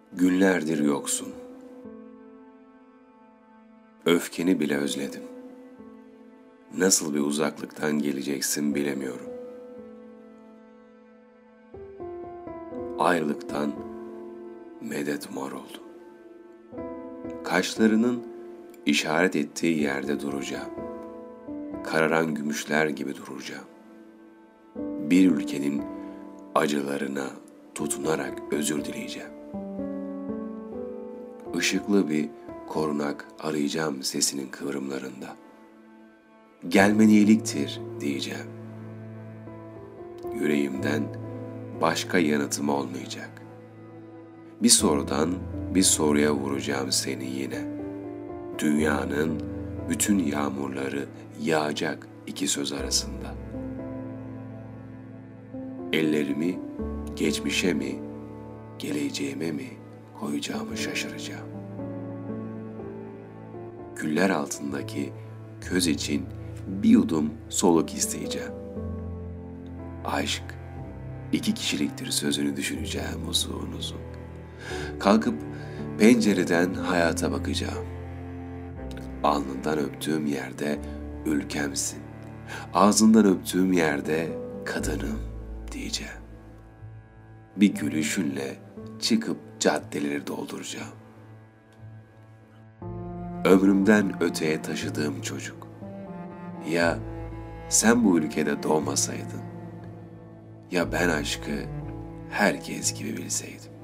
Günlerdir yoksun. Öfkeni bile özledim. Nasıl bir uzaklıktan geleceksin bilemiyorum. Ayrılıktan medet umar oldum. Kaşlarının işaret ettiği yerde duracağım. Kararan gümüşler gibi duracağım. Bir ülkenin acılarına tutunarak özür dileyeceğim. Işıklı bir korunak arayacağım sesinin kıvrımlarında. Gelmen iyiliktir diyeceğim. Yüreğimden başka yanıtım olmayacak. Bir sorudan bir soruya vuracağım seni yine. Dünyanın bütün yağmurları yağacak iki söz arasında. Ellerimi geçmişe mi, geleceğime mi koyacağımı şaşıracağım. Güller altındaki köz için bir yudum soluk isteyeceğim. Aşk iki kişiliktir sözünü düşüneceğim uzun uzun. Kalkıp pencereden hayata bakacağım. Alnından öptüğüm yerde ülkemsin. Ağzından öptüğüm yerde kadınım diyeceğim. Bir gülüşünle çıkıp caddeleri dolduracağım. Ömrümden öteye taşıdığım çocuk. Ya sen bu ülkede doğmasaydın, ya ben aşkı herkes gibi bilseydim.